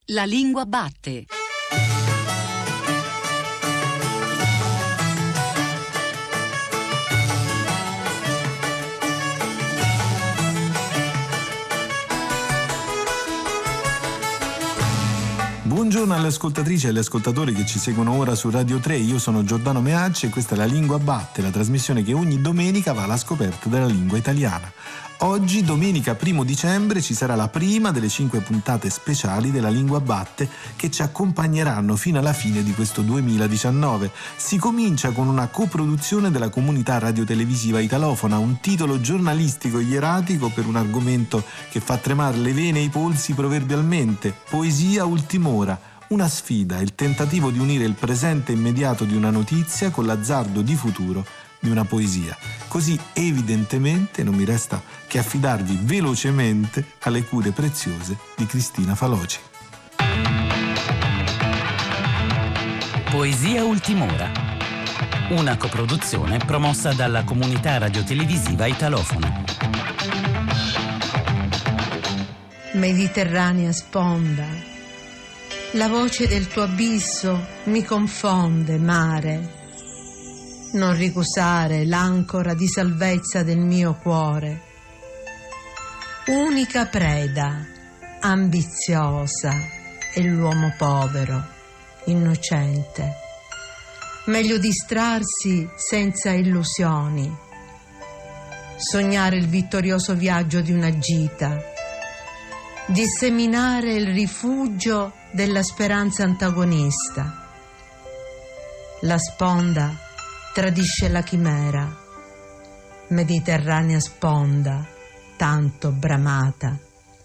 La lingua batte. Buongiorno alle ascoltatrici e agli ascoltatori che ci seguono ora su Radio 3. Io sono Giordano Meacci e questa è La Lingua Batte, la trasmissione che ogni domenica va alla scoperta della lingua italiana. Oggi, domenica 1 dicembre, ci sarà la prima delle 5 puntate speciali della Lingua Batte che ci accompagneranno fino alla fine di questo 2019. Si comincia con una coproduzione della comunità radiotelevisiva italofona, un titolo giornalistico ieratico per un argomento che fa tremare le vene e i polsi proverbialmente: poesia ultim'ora. Una sfida, il tentativo di unire il presente immediato di una notizia con l'azzardo di futuro di una poesia. Così evidentemente non mi resta che affidarvi velocemente alle cure preziose di Cristina Faloci. Poesia ultim'ora. Una coproduzione promossa dalla comunità radiotelevisiva italofona. Mediterranea sponda, la voce del tuo abisso mi confonde, mare. Non ricusare l'ancora di salvezza del mio cuore. Unica preda, ambiziosa, è l'uomo povero, innocente. Meglio distrarsi senza illusioni. Sognare il vittorioso viaggio di una gita. Disseminare il rifugio della speranza antagonista. La sponda tradisce la chimera, mediterranea sponda, tanto bramata.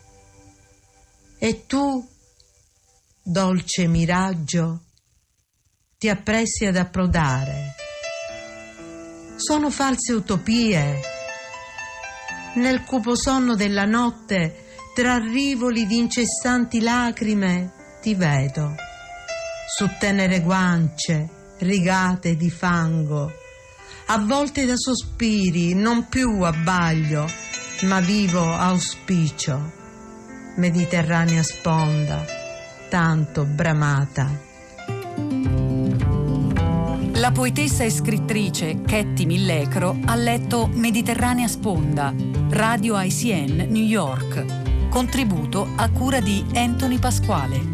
E tu, dolce miraggio, ti appressi ad approdare. Sono false utopie. Nel cupo sonno della notte, tra rivoli di incessanti lacrime, ti vedo, su tenere guance, rigate di fango, avvolte da sospiri, non più abbaglio, ma vivo auspicio. Mediterranea sponda, tanto bramata. La poetessa e scrittrice Ketty Millecro ha letto Mediterranea sponda, Radio ICN New York. Contributo a cura di Anthony Pasquale.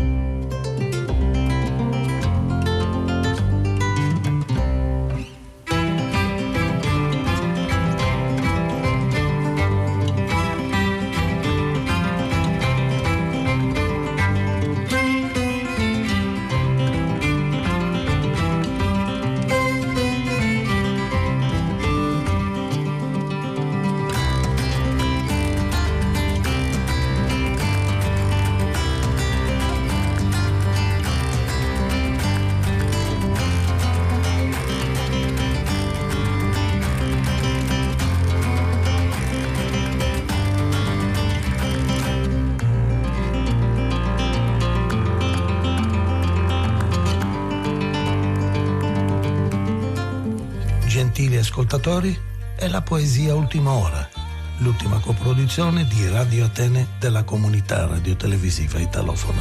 Gentili ascoltatori, è la poesia ultim'ora, l'ultima coproduzione di Radio Atene della comunità radiotelevisiva italofona.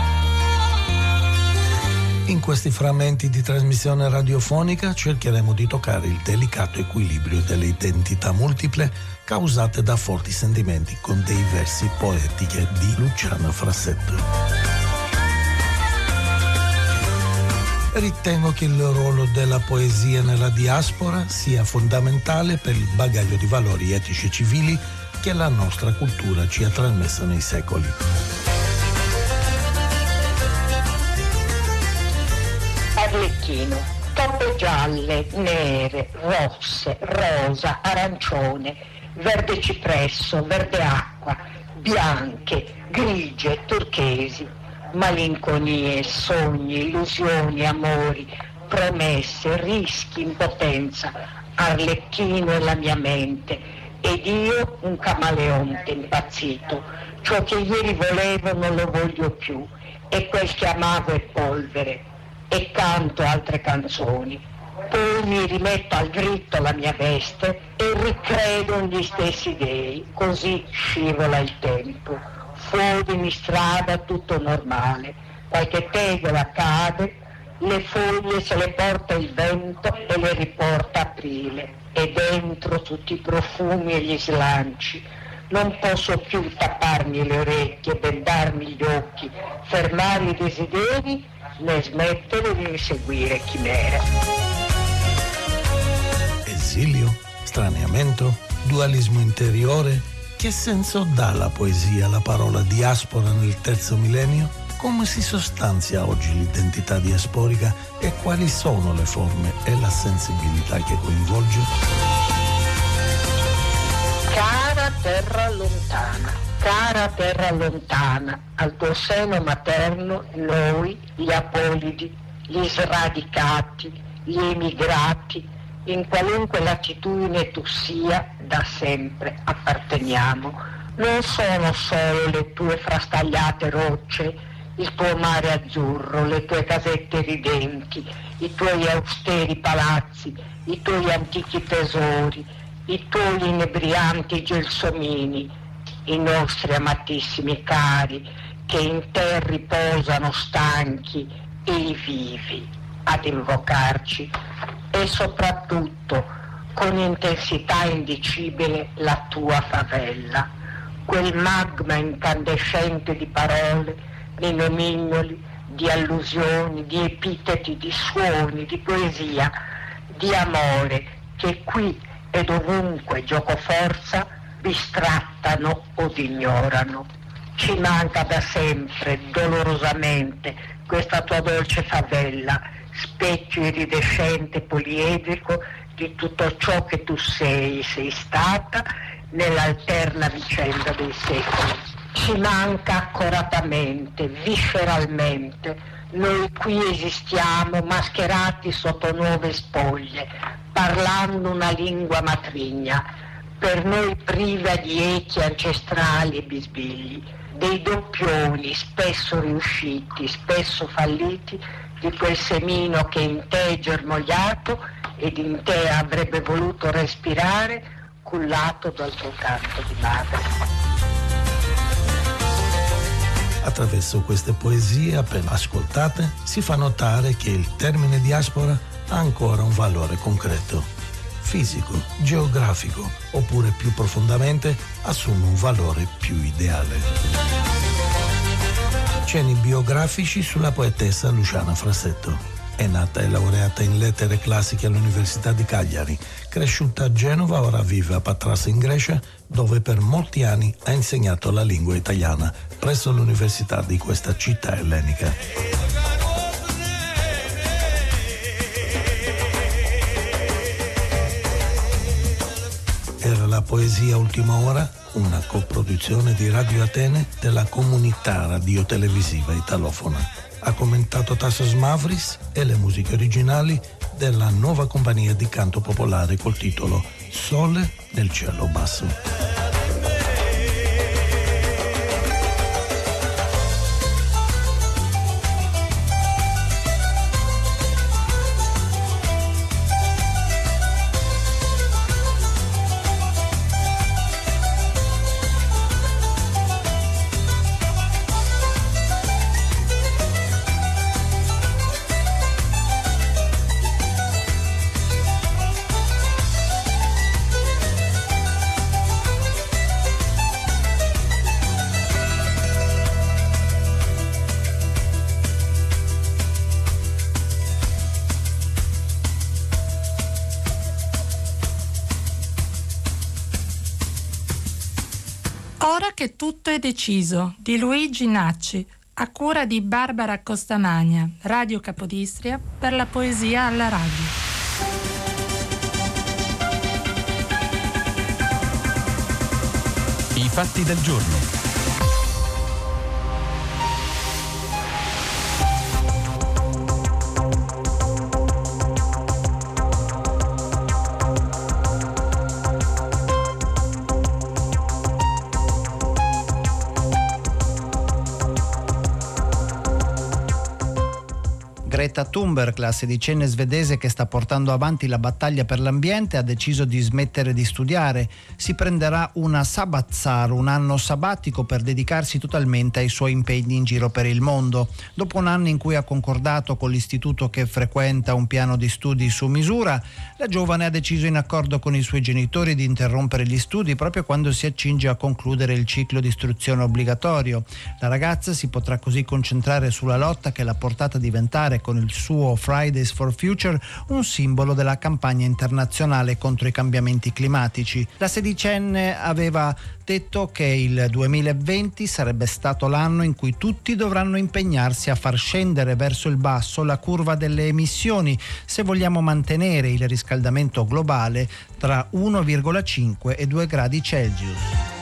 In questi frammenti di trasmissione radiofonica cercheremo di toccare il delicato equilibrio delle identità multiple causate da forti sentimenti con dei versi poetiche di Luciana Frassetto. Ritengo che il ruolo della poesia nella diaspora sia fondamentale per il bagaglio di valori etici e civili che la nostra cultura ci ha trasmesso nei secoli. Arlecchino, toppe gialle, nere, rosse, rosa, arancione, verde cipresso, verde acqua, bianche, grigie, turchesi. Malinconie, sogni, illusioni, amori, promesse, rischi, impotenza, Arlecchino è la mia mente ed io un camaleonte impazzito. Ciò che ieri volevo non lo voglio più e quel che amavo è polvere e canto altre canzoni. Poi mi rimetto al dritto la mia veste e ricredo negli stessi dei, così scivola il tempo. fuori in strada tutto normale, qualche tegola cade, le foglie se le porta il vento e le riporta aprile, e dentro tutti i profumi e gli slanci. Non posso più tapparmi le orecchie, bendarmi gli occhi, fermare i desideri, né smettere di inseguire chimere. Esilio, straniamento, dualismo interiore. Che senso dà la poesia alla parola diaspora nel terzo millennio? Come si sostanzia oggi l'identità diasporica e quali sono le forme e la sensibilità che coinvolge? Cara terra lontana, al tuo seno materno noi, gli apolidi, gli sradicati, gli emigrati, in qualunque latitudine tu sia, da sempre apparteniamo. Non sono solo le tue frastagliate rocce, il tuo mare azzurro, le tue casette ridenti, i tuoi austeri palazzi, i tuoi antichi tesori, i tuoi inebrianti gelsomini, i nostri amatissimi cari che in te riposano stanchi e i vivi ad invocarci, e soprattutto con intensità indicibile la tua favella, quel magma incandescente di parole, di nomignoli, di allusioni, di epiteti, di suoni, di poesia, di amore che qui e dovunque giocoforza bistrattano o ignorano. Ci manca da sempre, dolorosamente, questa tua dolce favella, specchio iridescente poliedrico di tutto ciò che tu sei stata nell'alterna vicenda dei secoli. Ci manca accoratamente, visceralmente. Noi qui esistiamo mascherati sotto nuove spoglie, parlando una lingua matrigna, per noi priva di echi ancestrali e bisbigli, dei doppioni spesso riusciti, spesso falliti, di quel semino che in te è germogliato ed in te avrebbe voluto respirare, cullato dal tuo canto di madre. Attraverso queste poesie appena ascoltate si fa notare che il termine diaspora ha ancora un valore concreto, fisico, geografico, oppure più profondamente assume un valore più ideale. Cenni biografici sulla poetessa Luciana Frassetto. È nata e laureata in lettere classiche all'Università di Cagliari, cresciuta a Genova, ora vive a Patras in Grecia, dove per molti anni ha insegnato la lingua italiana presso l'università di questa città ellenica. Era la poesia Ultima Ora, una coproduzione di Radio Atene della comunità radio-televisiva italofona. Ha commentato Tassos Mavris e le musiche originali della nuova compagnia di canto popolare col titolo Sole nel cielo basso. Ora che tutto è deciso, di Luigi Nacci, a cura di Barbara Costamagna, Radio Capodistria, per la poesia alla radio. I fatti del giorno. Greta Thunberg, la sedicenne svedese che sta portando avanti la battaglia per l'ambiente, ha deciso di smettere di studiare. Si prenderà una Sabbatsar, un anno sabbatico, per dedicarsi totalmente ai suoi impegni in giro per il mondo. Dopo un anno in cui ha concordato con l'istituto che frequenta un piano di studi su misura, la giovane ha deciso, in accordo con i suoi genitori, di interrompere gli studi proprio quando si accinge a concludere il ciclo di istruzione obbligatorio. La ragazza si potrà così concentrare sulla lotta che l'ha portata a diventare, con il suo Fridays for Future, un simbolo della campagna internazionale contro i cambiamenti climatici. La sedicenne aveva detto che il 2020 sarebbe stato l'anno in cui tutti dovranno impegnarsi a far scendere verso il basso la curva delle emissioni se vogliamo mantenere il riscaldamento globale tra 1,5 e 2 gradi Celsius.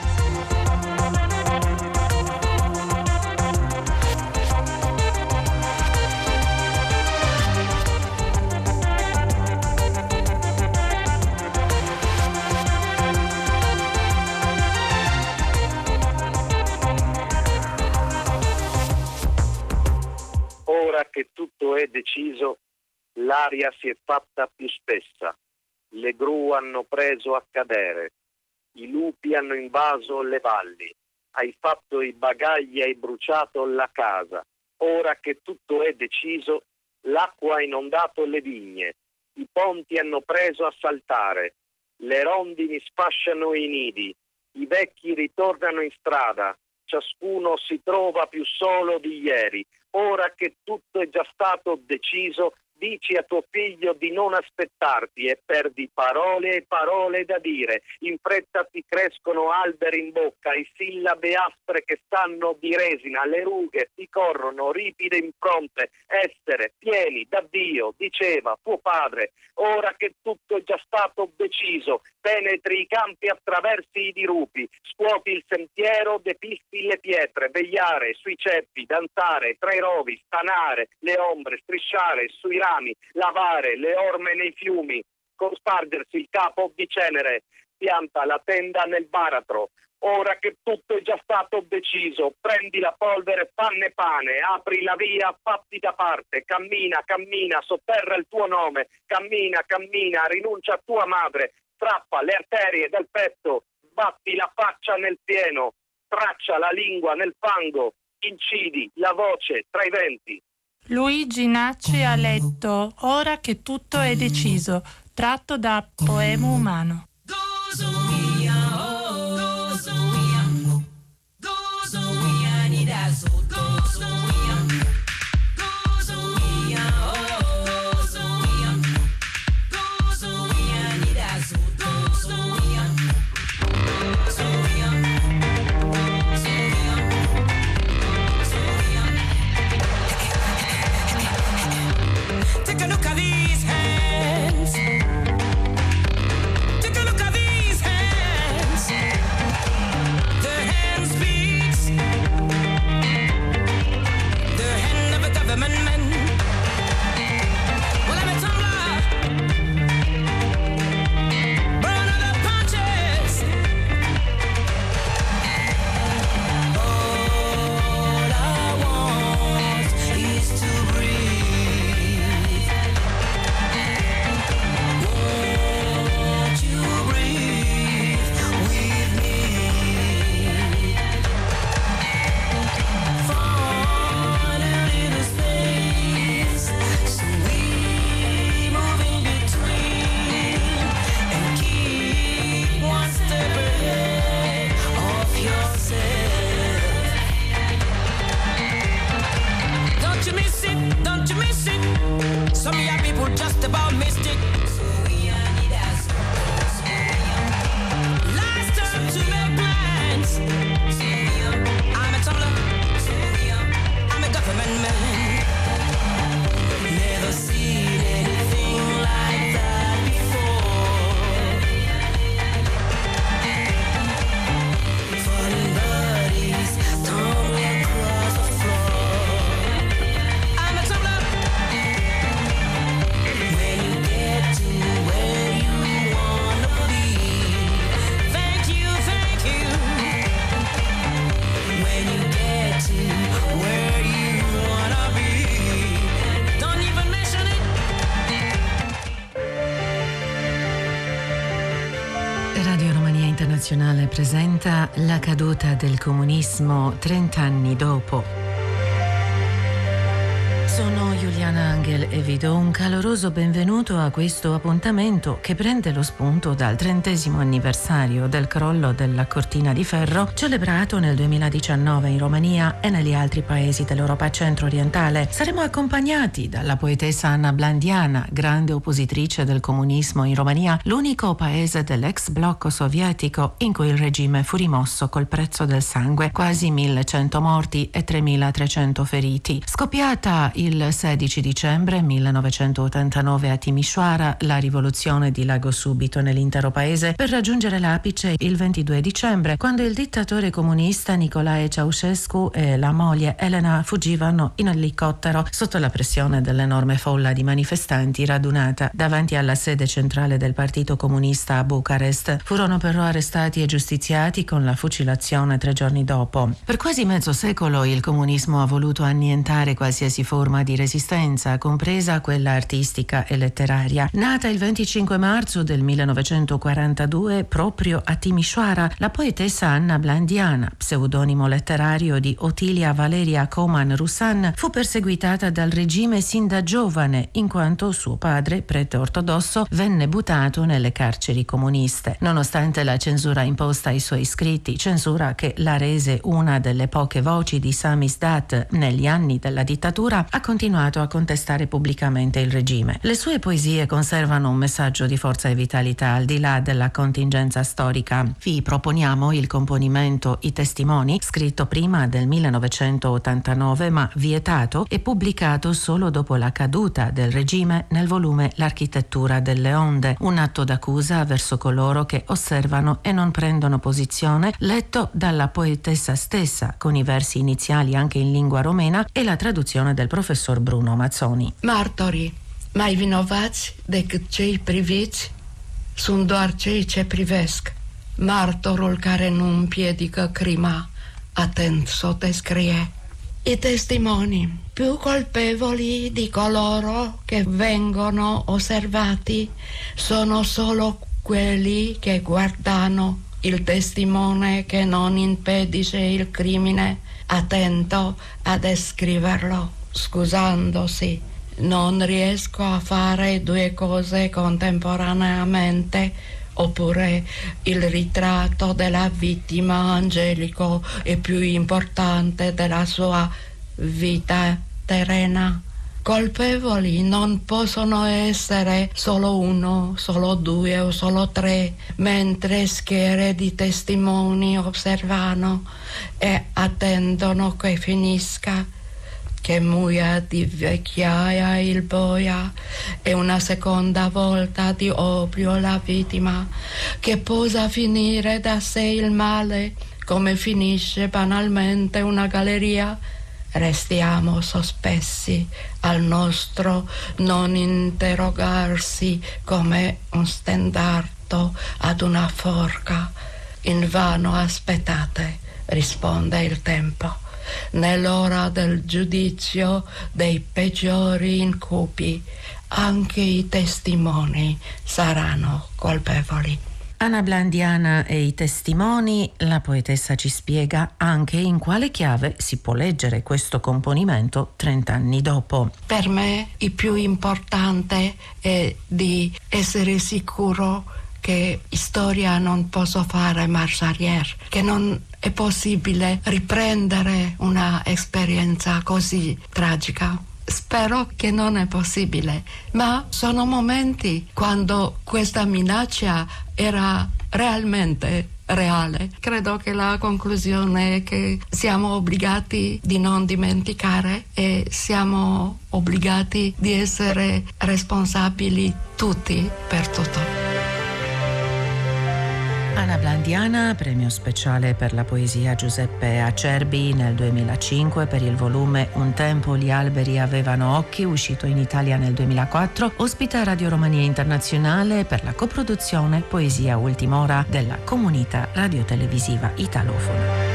Ora che tutto è deciso, l'aria si è fatta più spessa, le gru hanno preso a cadere, i lupi hanno invaso le valli, hai fatto i bagagli, hai bruciato la casa. Ora che tutto è deciso, l'acqua ha inondato le vigne, i ponti hanno preso a saltare, le rondini sfasciano i nidi, i vecchi ritornano in strada, ciascuno si trova più solo di ieri. Ora che tutto è già stato deciso, dici a tuo figlio di non aspettarti e perdi parole e parole da dire. In fretta ti crescono alberi in bocca, e sillabe aspre che stanno di resina, le rughe ti corrono ripide in fronte. Essere pieni da Dio, diceva tuo padre. Ora che tutto è già stato deciso, penetri i campi, attraversi i dirupi, scuoti il sentiero, depisti le pietre, vegliare sui ceppi, danzare tra i rovi, stanare le ombre, strisciare sui rami, lavare le orme nei fiumi, spargersi il capo di cenere, pianta la tenda nel baratro. Ora che tutto è già stato deciso, prendi la polvere, fanne pane, apri la via, fatti da parte, cammina, cammina, sotterra il tuo nome, cammina, cammina, rinuncia a tua madre, strappa le arterie dal petto, batti la faccia nel pieno, traccia la lingua nel fango, incidi la voce tra i venti. Luigi Nacci ha letto Ora che tutto è deciso, tratto da Poema umano. Take a look at these hands. Take a look at these hands. The hand speaks. The hand of a government man. Well, I'm a tumbler. Burn other punches. All I want is to breathe. Won't you breathe with me? Fall into space, so we move in between and keep one step ahead of yourself. Don't you miss it? Don't you miss it? Some of your people just about missed it. Last time to make plans. I'm a tumbler. I'm a government man. Never seen anything like that before. Falling bodies tumbling across the floor. I'm a tumbler. When you get to where you wanna be, thank you, thank you. When you get to where you wanna Internazionale presenta La caduta del comunismo 30 anni dopo. Sono Giuliana Angel e vi do un caloroso benvenuto a questo appuntamento che prende lo spunto dal 30° anniversario del crollo della cortina di ferro celebrato nel 2019 in Romania e negli altri paesi dell'Europa centro-orientale. Saremo accompagnati dalla poetessa Anna Blandiana, grande oppositrice del comunismo in Romania, l'unico paese dell'ex blocco sovietico in cui il regime fu rimosso col prezzo del sangue, quasi 1.100 morti e 3.300 feriti. Scoppiata il 16 dicembre 1989 a Timișoara, la rivoluzione dilagò subito nell'intero paese per raggiungere l'apice il 22 dicembre, quando il dittatore comunista Nicolae Ceausescu e la moglie Elena fuggivano in elicottero sotto la pressione dell'enorme folla di manifestanti radunata davanti alla sede centrale del Partito Comunista a Bucarest. Furono però arrestati e giustiziati con la fucilazione 3 giorni dopo. Per quasi mezzo secolo il comunismo ha voluto annientare qualsiasi forma di resistenza, compresa quella artistica e letteraria. Nata il 25 marzo del 1942 proprio a Timișoara, la poetessa Anna Blandiana, pseudonimo letterario di Otilia Valeria Coman-Rusan, fu perseguitata dal regime sin da giovane, in quanto suo padre, prete ortodosso, venne buttato nelle carceri comuniste. Nonostante la censura imposta ai suoi scritti, censura che la rese una delle poche voci di Samizdat negli anni della dittatura, ha continuato a contestare pubblicamente il regime. Le sue poesie conservano un messaggio di forza e vitalità al di là della contingenza storica. Vi proponiamo il componimento I Testimoni, scritto prima del 1989 ma vietato e pubblicato solo dopo la caduta del regime nel volume L'architettura delle onde, un atto d'accusa verso coloro che osservano e non prendono posizione, letto dalla poetessa stessa con i versi iniziali anche in lingua romena e la traduzione del professor Bruno Mazzoni. Martorii, mai vinovați decât cei priviți, sunt doar cei ce privesc. Martorul care nu împiedică crima, atent s-o descrie. I testimoni, più colpevoli di coloro che vengono osservati, sono solo quelli che guardano il testimone che non impedisce il crimine, attento a descriverlo. Scusandosi, non riesco a fare 2 cose contemporaneamente, oppure il ritratto della vittima angelico è più importante della sua vita terrena. Colpevoli non possono essere solo 1, solo 2 o solo 3, mentre schiere di testimoni osservano e attendono che finisca, che muoia di vecchiaia il boia e una seconda volta di obbio la vittima, che possa finire da sé il male come finisce banalmente una galleria. Restiamo sospesi al nostro non interrogarsi come un stendardo ad una forca. Invano aspettate, risponde il tempo. Nell'ora del giudizio dei peggiori incubi, anche i testimoni saranno colpevoli. Anna Blandiana e I Testimoni, la poetessa ci spiega anche in quale chiave si può leggere questo componimento 30 anni dopo. Per me il più importante è di essere sicuro che in storia non posso fare marcia arrière, che non è possibile riprendere una esperienza così tragica. Spero che non è possibile, ma sono momenti quando questa minaccia era realmente reale. Credo che la conclusione è che siamo obbligati di non dimenticare e siamo obbligati di essere responsabili tutti per tutto. Anna Blandiana, premio speciale per la poesia Giuseppe Acerbi nel 2005 per il volume Un tempo gli alberi avevano occhi, uscito in Italia nel 2004, ospita Radio Romania Internazionale per la coproduzione Poesia Ultim'ora della comunità radiotelevisiva italofona.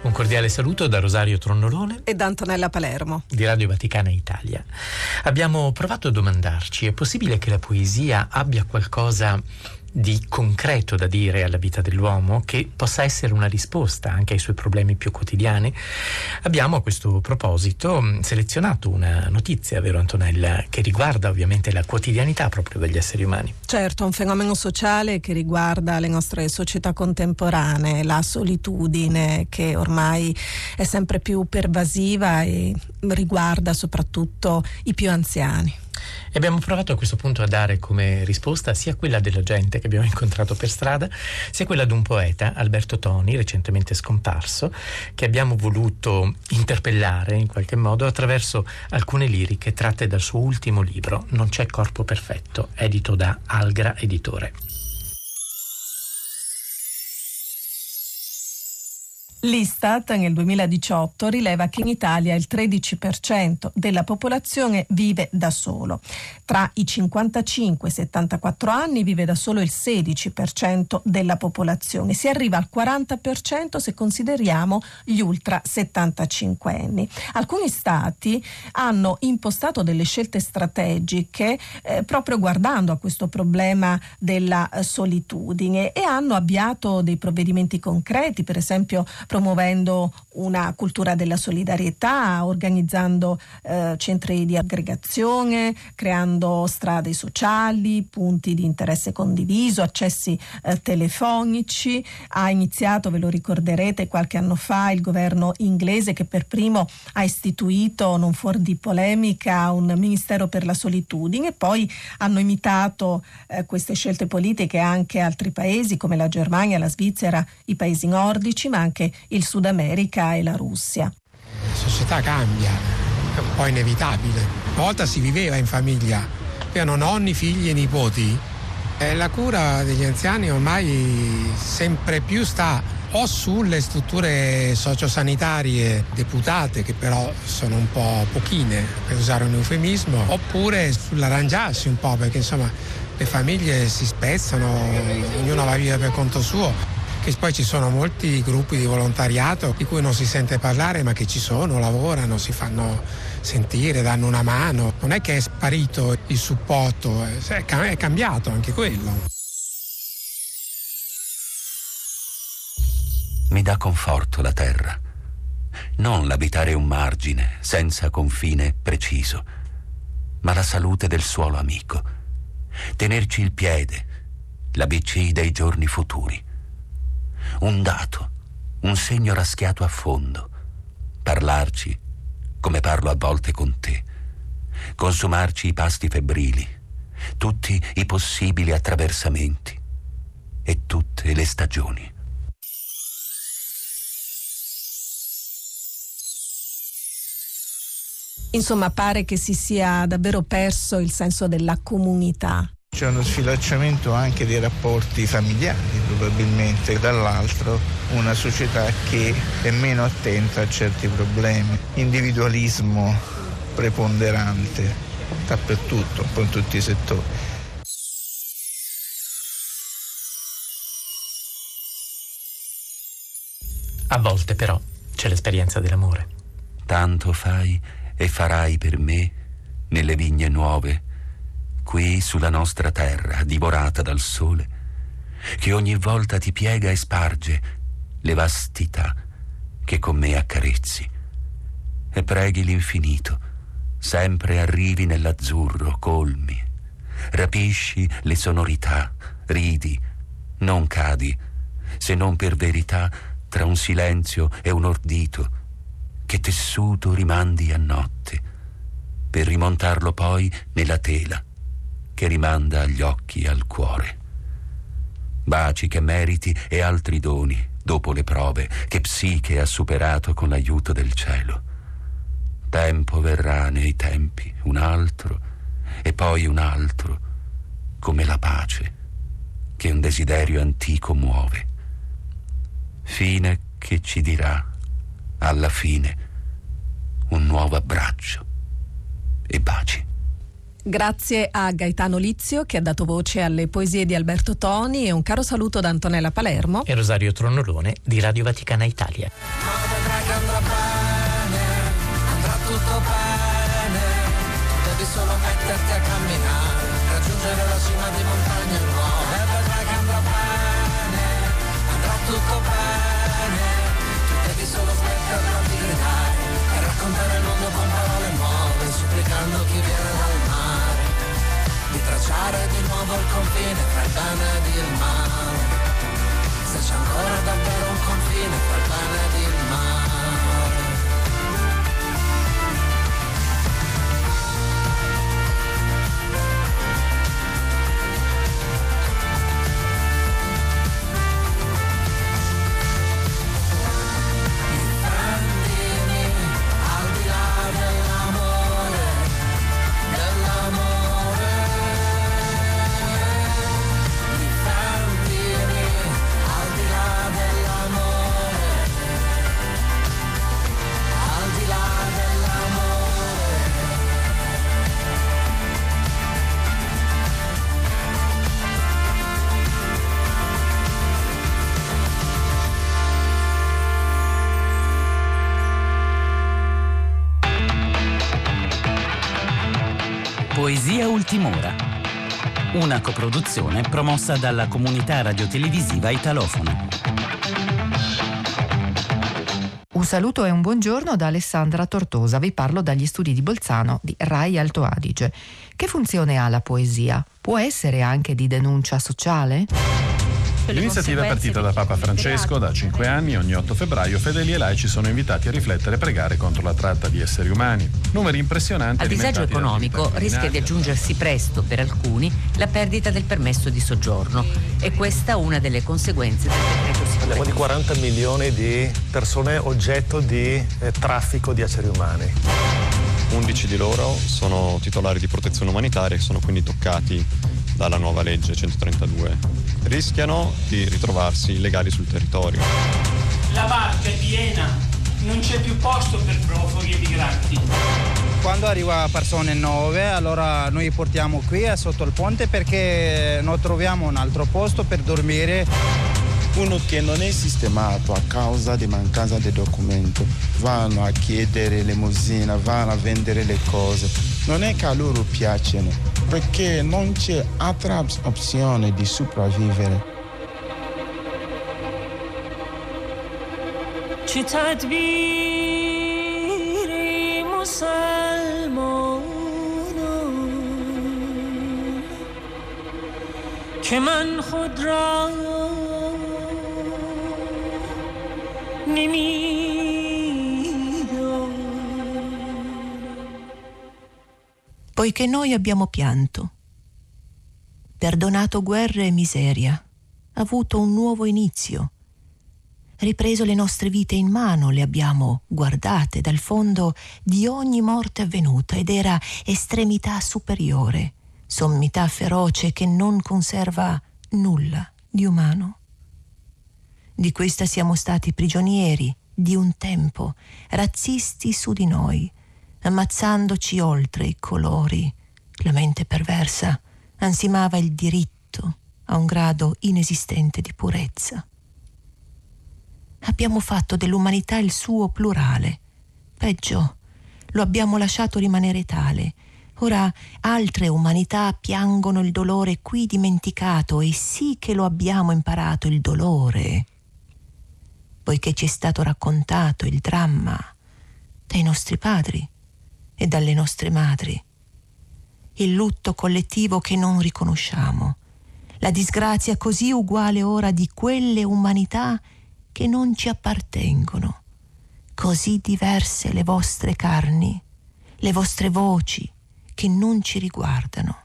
Un cordiale saluto da Rosario Tronnolone e da Antonella Palermo di Radio Vaticana Italia. Abbiamo provato a domandarci: è possibile che la poesia abbia qualcosa di concreto da dire alla vita dell'uomo, che possa essere una risposta anche ai suoi problemi più quotidiani? Abbiamo a questo proposito selezionato una notizia, vero Antonella, che riguarda ovviamente la quotidianità proprio degli esseri umani. Certo, un fenomeno sociale che riguarda le nostre società contemporanee, la solitudine, che ormai è sempre più pervasiva e riguarda soprattutto i più anziani. E abbiamo provato a questo punto a dare come risposta sia quella della gente che abbiamo incontrato per strada, sia quella di un poeta, Alberto Toni, recentemente scomparso, che abbiamo voluto interpellare in qualche modo attraverso alcune liriche tratte dal suo ultimo libro, Non c'è corpo perfetto, edito da Algra Editore. L'Istat nel 2018 rileva che in Italia il 13% della popolazione vive da solo. Tra i 55 e i 74 anni vive da solo il 16% della popolazione. Si arriva al 40% se consideriamo gli ultra 75 anni. Alcuni stati hanno impostato delle scelte strategiche proprio guardando a questo problema della solitudine e hanno avviato dei provvedimenti concreti, per esempio promuovendo una cultura della solidarietà, organizzando centri di aggregazione, creando strade sociali, punti di interesse condiviso, accessi telefonici. Ha iniziato, ve lo ricorderete, qualche anno fa il governo inglese che per primo ha istituito, non fuori di polemica, un ministero per la solitudine, e poi hanno imitato queste scelte politiche anche altri paesi come la Germania, la Svizzera, i paesi nordici, ma anche il Sud America e la Russia. La società cambia, è un po' inevitabile. Una volta si viveva in famiglia, avevano nonni, figli e nipoti. La cura degli anziani ormai sempre più sta o sulle strutture sociosanitarie deputate, che però sono un po' pochine, per usare un eufemismo, oppure sull'arrangiarsi un po', perché insomma le famiglie si spezzano, ognuno va via per conto suo. Che poi ci sono molti gruppi di volontariato di cui non si sente parlare, ma che ci sono, lavorano, si fanno sentire, danno una mano. Non è che è sparito il supporto, è cambiato anche quello. Mi dà conforto la terra, non l'abitare un margine senza confine preciso, ma la salute del suolo amico, tenerci il piede, l'ABC dei giorni futuri. Un dato, un segno raschiato a fondo, parlarci come parlo a volte con te, consumarci i pasti febbrili, tutti i possibili attraversamenti e tutte le stagioni. Insomma, pare che si sia davvero perso il senso della comunità. C'è uno sfilacciamento anche dei rapporti familiari, probabilmente. Dall'altro una società che è meno attenta a certi problemi. Individualismo preponderante dappertutto, un po' in tutti i settori. A volte però c'è l'esperienza dell'amore. Tanto fai e farai per me nelle vigne nuove, qui sulla nostra terra divorata dal sole, che ogni volta ti piega e sparge le vastità che con me accarezzi, e preghi l'infinito, sempre arrivi nell'azzurro, colmi, rapisci le sonorità, ridi, non cadi, se non per verità, tra un silenzio e un ordito, che tessuto rimandi a notte, per rimontarlo poi nella tela che rimanda agli occhi e al cuore. Baci che meriti e altri doni, dopo le prove che psiche ha superato con l'aiuto del cielo. Tempo verrà nei tempi, un altro e poi un altro, come la pace che un desiderio antico muove. Fine che ci dirà, alla fine, un nuovo abbraccio e baci. Grazie a Gaetano Lizio che ha dato voce alle poesie di Alberto Toni, e un caro saluto da Antonella Palermo e Rosario Tronnolone di Radio Vaticana Italia. tutto bene, devi solo metterti a camminare, raggiungere la cima di montagne nuove, e vedrai che andrà bene, andrà tutto bene, tu devi solo smetterla di gridare e raccontare il mondo con parole nuove, supplicando chi viene dal mare di tracciare di nuovo il confine tra il bene ed il male, se c'è ancora davvero un confine tra il bene ed il male. Poesia Ultimora, una coproduzione promossa dalla comunità radiotelevisiva italofona. Un saluto e un buongiorno da Alessandra Tortosa. Vi parlo dagli studi di Bolzano di Rai Alto Adige. Che funzione ha la poesia? Può essere anche di denuncia sociale? L'iniziativa è partita da Papa Francesco da 5 anni. Ogni 8 febbraio fedeli e laici sono invitati a riflettere e pregare contro la tratta di esseri umani. Numeri impressionanti. Al disagio economico rischia di aggiungersi presto, per alcuni, la perdita del permesso di soggiorno. E questa una delle conseguenze del decreto sicurezza. Parliamo di 40 milioni di persone oggetto di traffico di esseri umani. 11 di loro sono titolari di protezione umanitaria e sono quindi toccati dalla nuova legge 132. Rischiano di ritrovarsi illegali sul territorio. La barca è piena, non c'è più posto per profughi e migranti. Quando arriva persone nuove, allora noi portiamo qui sotto il ponte perché non troviamo un altro posto per dormire. Uno che non è sistemato a causa di mancanza di documento, vanno a chiedere l'elemosina, vanno a vendere le cose. Non è che a loro piacciono, perché non c'è altra opzione di sopravvivere. Cittadini musulmano che man khud ra Poiché noi abbiamo pianto, perdonato guerre e miseria, avuto un nuovo inizio, ripreso le nostre vite in mano, le abbiamo guardate dal fondo di ogni morte avvenuta ed era estremità superiore, sommità feroce che non conserva nulla di umano. Di questa siamo stati prigionieri di un tempo, razzisti su di noi, ammazzandoci oltre i colori. La mente perversa ansimava il diritto a un grado inesistente di purezza. Abbiamo fatto dell'umanità il suo plurale. Peggio, lo abbiamo lasciato rimanere tale. Ora altre umanità piangono il dolore qui dimenticato e sì che lo abbiamo imparato il dolore, poiché ci è stato raccontato il dramma dai nostri padri e dalle nostre madri, il lutto collettivo che non riconosciamo, la disgrazia così uguale ora di quelle umanità che non ci appartengono, così diverse le vostre carni, le vostre voci che non ci riguardano.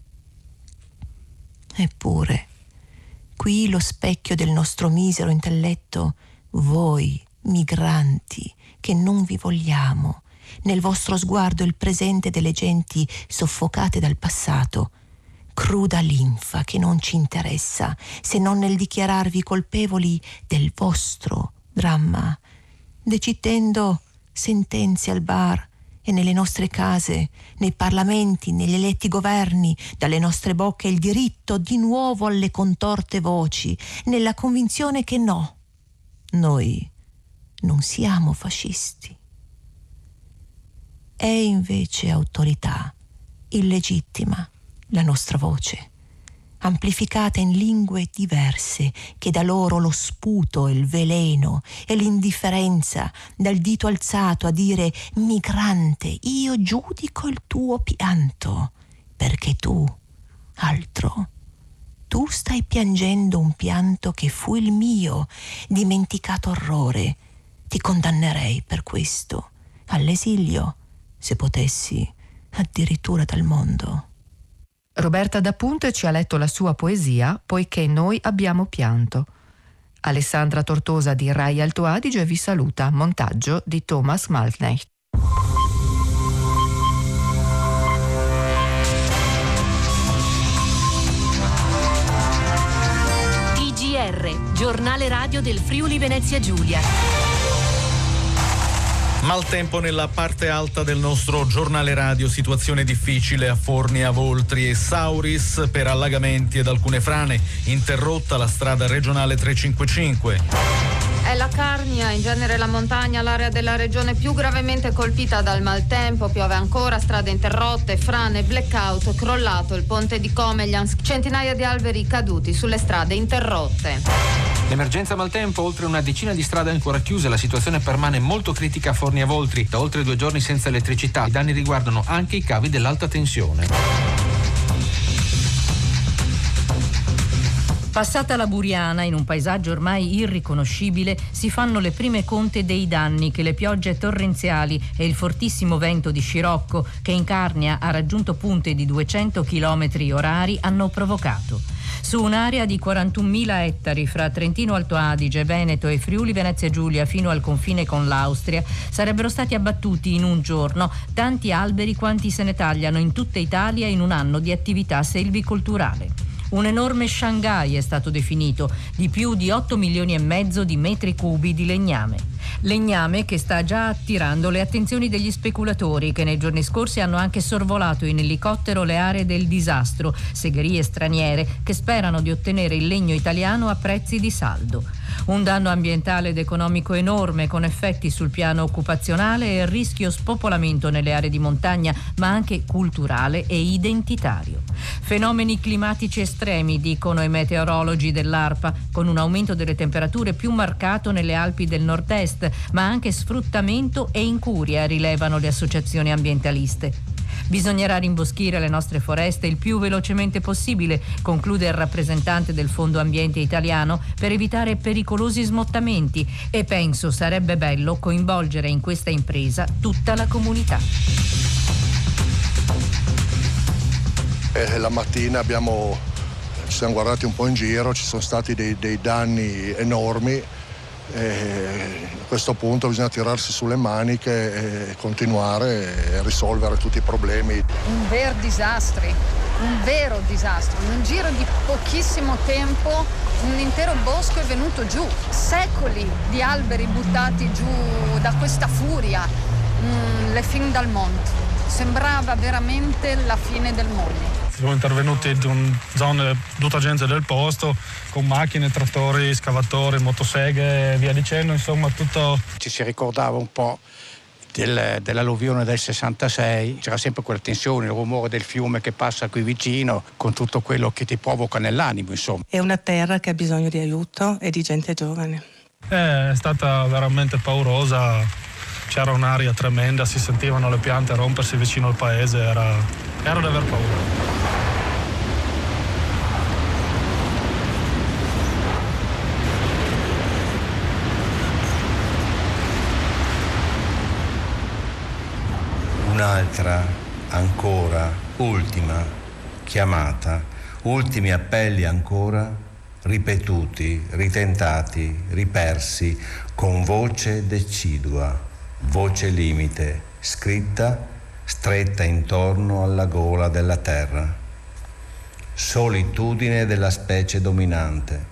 Eppure, qui lo specchio del nostro misero intelletto, voi, migranti, che non vi vogliamo, nel vostro sguardo il presente delle genti soffocate dal passato, cruda linfa che non ci interessa, se non nel dichiararvi colpevoli del vostro dramma, decidendo sentenze al bar e nelle nostre case, nei parlamenti, negli eletti governi, dalle nostre bocche il diritto di nuovo alle contorte voci, nella convinzione che no, noi non siamo fascisti. è invece autorità, illegittima, la nostra voce, amplificata in lingue diverse che da loro lo sputo, il veleno e l'indifferenza, dal dito alzato a dire migrante, io giudico il tuo pianto, perché tu, altro, tu stai piangendo un pianto che fu il mio dimenticato orrore. Ti condannerei per questo all'esilio, se potessi, addirittura dal mondo. Roberta D'Appunto ci ha letto la sua poesia Poiché noi abbiamo pianto. Alessandra Tortosa di Rai Alto Adige vi saluta, montaggio di Thomas Malknecht. TGR, giornale radio del Friuli Venezia Giulia. Maltempo nella parte alta del nostro giornale radio, situazione difficile a Forni, a Voltri e Sauris per allagamenti ed alcune frane, interrotta la strada regionale 355. È la Carnia, in genere la montagna, l'area della regione più gravemente colpita dal maltempo, piove ancora, strade interrotte, frane, blackout, crollato il ponte di Comeglians, centinaia di alberi caduti sulle strade interrotte. L'emergenza maltempo, oltre una decina di strade ancora chiuse, la situazione permane molto critica a Forni e Voltri, da oltre 2 giorni senza elettricità. I danni riguardano anche i cavi dell'alta tensione. Passata la Buriana, in un paesaggio ormai irriconoscibile, si fanno le prime conte dei danni che le piogge torrenziali e il fortissimo vento di scirocco, che in Carnia ha raggiunto punte di 200 km/h, hanno provocato. Su un'area di 41.000 ettari fra Trentino Alto Adige, Veneto e Friuli Venezia Giulia fino al confine con l'Austria, sarebbero stati abbattuti in un giorno tanti alberi quanti se ne tagliano in tutta Italia in un anno di attività selvicolturale. Un enorme Shanghai è stato definito, di più di 8,5 milioni di metri cubi di legname. Legname che sta già attirando le attenzioni degli speculatori, che nei giorni scorsi hanno anche sorvolato in elicottero le aree del disastro, segherie straniere che sperano di ottenere il legno italiano a prezzi di saldo. Un danno ambientale ed economico enorme, con effetti sul piano occupazionale e il rischio spopolamento nelle aree di montagna, ma anche culturale e identitario. Fenomeni climatici estremi, dicono i meteorologi dell'ARPA, con un aumento delle temperature più marcato nelle Alpi del Nord-Est, ma anche sfruttamento e incuria, rilevano le associazioni ambientaliste. Bisognerà rimboschire le nostre foreste il più velocemente possibile, conclude il rappresentante del Fondo Ambiente italiano, per evitare pericolosi smottamenti, e penso sarebbe bello coinvolgere in questa impresa tutta la comunità. La mattina ci siamo guardati un po' in giro, ci sono stati dei danni enormi. A questo punto bisogna tirarsi sulle maniche e continuare a risolvere tutti i problemi. Un vero disastro. In un giro di pochissimo tempo un intero bosco è venuto giù, secoli di alberi buttati giù da questa furia, le fin dal mondo. Sembrava veramente la fine del mondo. Siamo intervenuti in zone tutta gente del posto, con macchine, trattori, scavatori, motoseghe e via dicendo, insomma tutto. Ci si ricordava un po' dell'alluvione del 66, c'era sempre quella tensione, il rumore del fiume che passa qui vicino, con tutto quello che ti provoca nell'animo, insomma. È una terra che ha bisogno di aiuto e di gente giovane. È stata veramente paurosa, c'era un'aria tremenda, si sentivano le piante rompersi vicino al paese, era da aver paura. Un'altra, ancora, ultima chiamata, ultimi appelli ancora, ripetuti, ritentati, ripersi, con voce decidua, voce limite, scritta, stretta intorno alla gola della terra. Solitudine della specie dominante.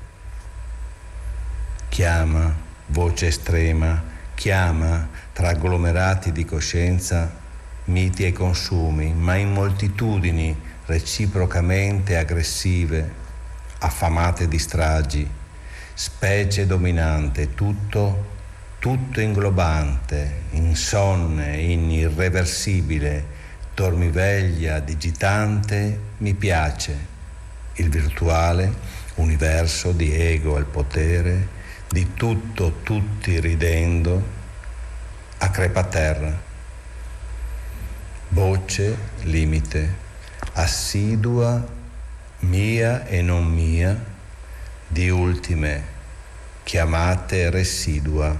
Chiama, voce estrema, chiama, tra agglomerati di coscienza, miti e consumi, ma in moltitudini reciprocamente aggressive, affamate di stragi, specie dominante, tutto tutto inglobante, insonne, irreversibile, dormiveglia, digitante, mi piace. Il virtuale, universo di ego e potere, di tutto, tutti ridendo, a crepaterra. Voce, limite, assidua, mia e non mia, di ultime chiamate residua,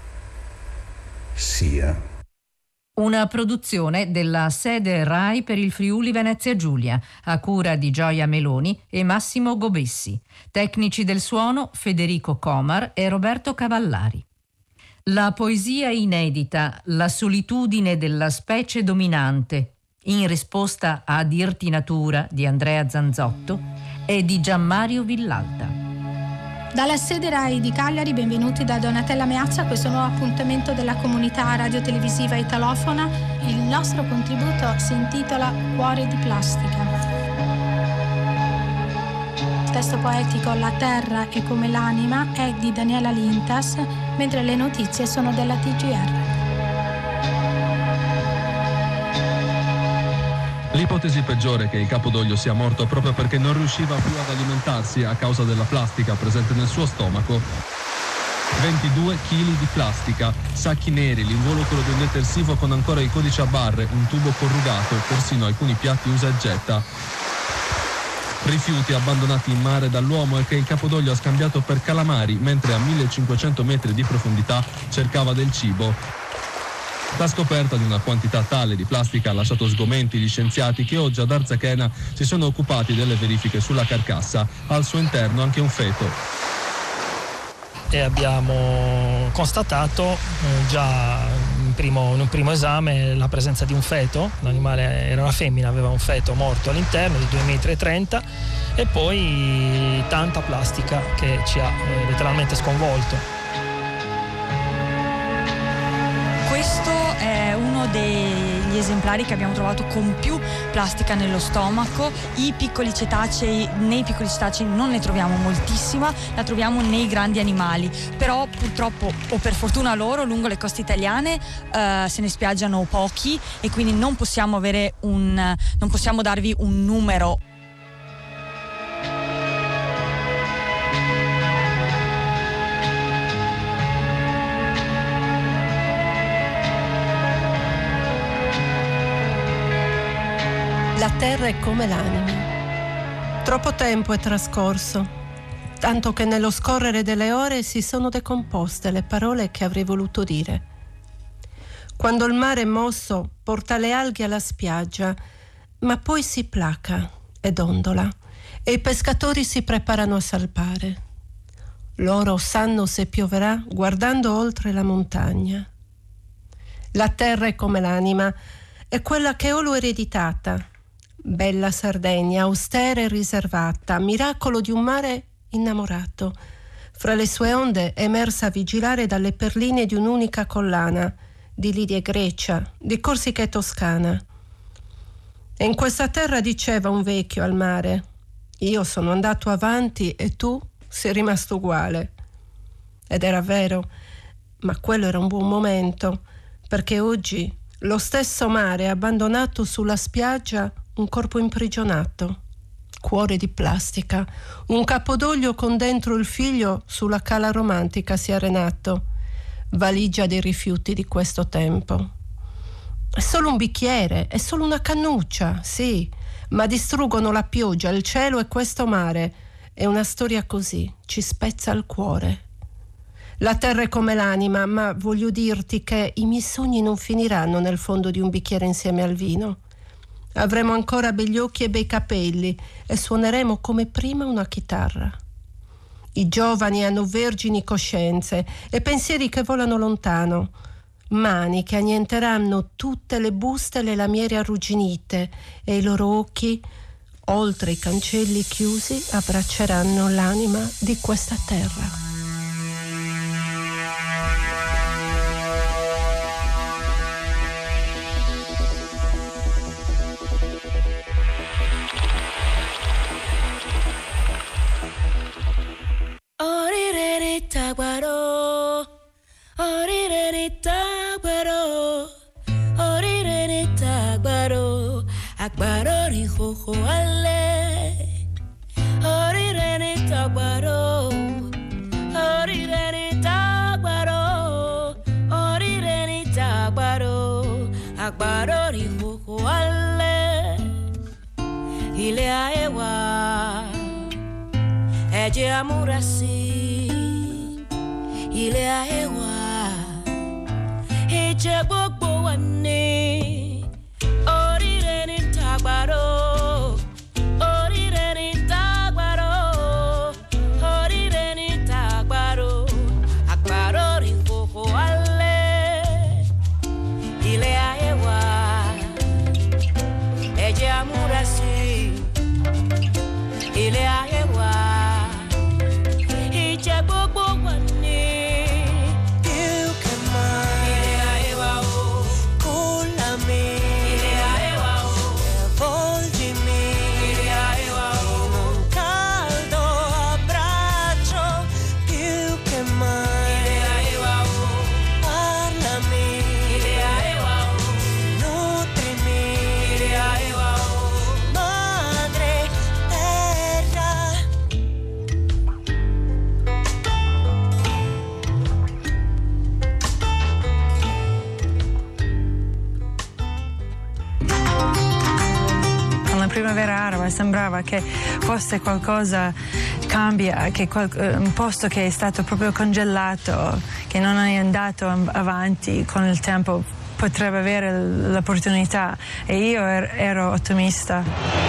sia. Una produzione della sede RAI per il Friuli Venezia Giulia, a cura di Gioia Meloni e Massimo Gobessi. Tecnici del suono Federico Comar e Roberto Cavallari. La poesia inedita, la solitudine della specie dominante, in risposta a Dirti Natura di Andrea Zanzotto, è di Gianmario Villalta. Dalla sede RAI di Cagliari, benvenuti da Donatella Meazza a questo nuovo appuntamento della comunità radiotelevisiva italofona. Il nostro contributo si intitola Cuore di plastica. Il testo poetico La terra è come l'anima è di Daniela Lintas, mentre le notizie sono della TGR. L'ipotesi peggiore è che il Capodoglio sia morto proprio perché non riusciva più ad alimentarsi a causa della plastica presente nel suo stomaco. 22 kg di plastica, sacchi neri, l'involucro di un detersivo con ancora il codice a barre, un tubo corrugato, persino alcuni piatti usa e getta. Rifiuti abbandonati in mare dall'uomo e che il Capodoglio ha scambiato per calamari mentre a 1500 metri di profondità cercava del cibo. La scoperta di una quantità tale di plastica ha lasciato sgomenti gli scienziati che oggi ad Arzachena si sono occupati delle verifiche sulla carcassa, al suo interno anche un feto. E abbiamo constatato già in un primo esame la presenza di un feto. L'animale era una femmina, aveva un feto morto all'interno di 2,30 m e poi tanta plastica che ci ha letteralmente sconvolto. Questo è uno degli esemplari che abbiamo trovato con più plastica nello stomaco. Nei piccoli cetacei non ne troviamo moltissima, la troviamo nei grandi animali, però purtroppo o per fortuna loro lungo le coste italiane se ne spiaggiano pochi e quindi non possiamo darvi un numero. La terra è come l'anima. Troppo tempo è trascorso, tanto che nello scorrere delle ore si sono decomposte le parole che avrei voluto dire. Quando il mare mosso porta le alghe alla spiaggia, ma poi si placa e dondola, e i pescatori si preparano a salpare. Loro sanno se pioverà guardando oltre la montagna. La terra è come l'anima, è quella che ho l'ho ereditata. Bella Sardegna, austera e riservata, miracolo di un mare innamorato. Fra le sue onde è emersa a vigilare dalle perline di un'unica collana, di Lidia e Grecia, di Corsica e Toscana. E in questa terra diceva un vecchio al mare: io sono andato avanti e tu sei rimasto uguale. Ed era vero, ma quello era un buon momento, perché oggi lo stesso mare ha abbandonato sulla spiaggia un corpo imprigionato, cuore di plastica, un capodoglio con dentro il figlio sulla cala romantica si è arenato, valigia dei rifiuti di questo tempo. È solo un bicchiere, è solo una cannuccia, sì, ma distruggono la pioggia, il cielo e questo mare. E una storia così ci spezza il cuore. La terra è come l'anima, ma voglio dirti che i miei sogni non finiranno nel fondo di un bicchiere insieme al vino. Avremo ancora begli occhi e bei capelli e suoneremo come prima una chitarra. I giovani hanno vergini coscienze e pensieri che volano lontano, mani che annienteranno tutte le buste e le lamiere arrugginite e i loro occhi, oltre i cancelli chiusi, abbracceranno l'anima di questa terra. Taguaro, tagbaro, orirene tagbaro, agbaro rijojo ale, orirene tagbaro, orirene tagbaro, orirene tagbaro, agbaro rijojo ale, ile aewa, eje amurasi, ile aewa. Eche gbogbo wa ni orire ni tagbaro, orire ni tagbaro, orire ni tagbaro, agbaro ri koko ale, ile ayewa, eje amurasi, ile ayewa, eche gbogbo wa ni. Primavera araba sembrava che fosse qualcosa cambia, che un posto che è stato proprio congelato, che non è andato avanti con il tempo, potrebbe avere l'opportunità, e io ero ottimista.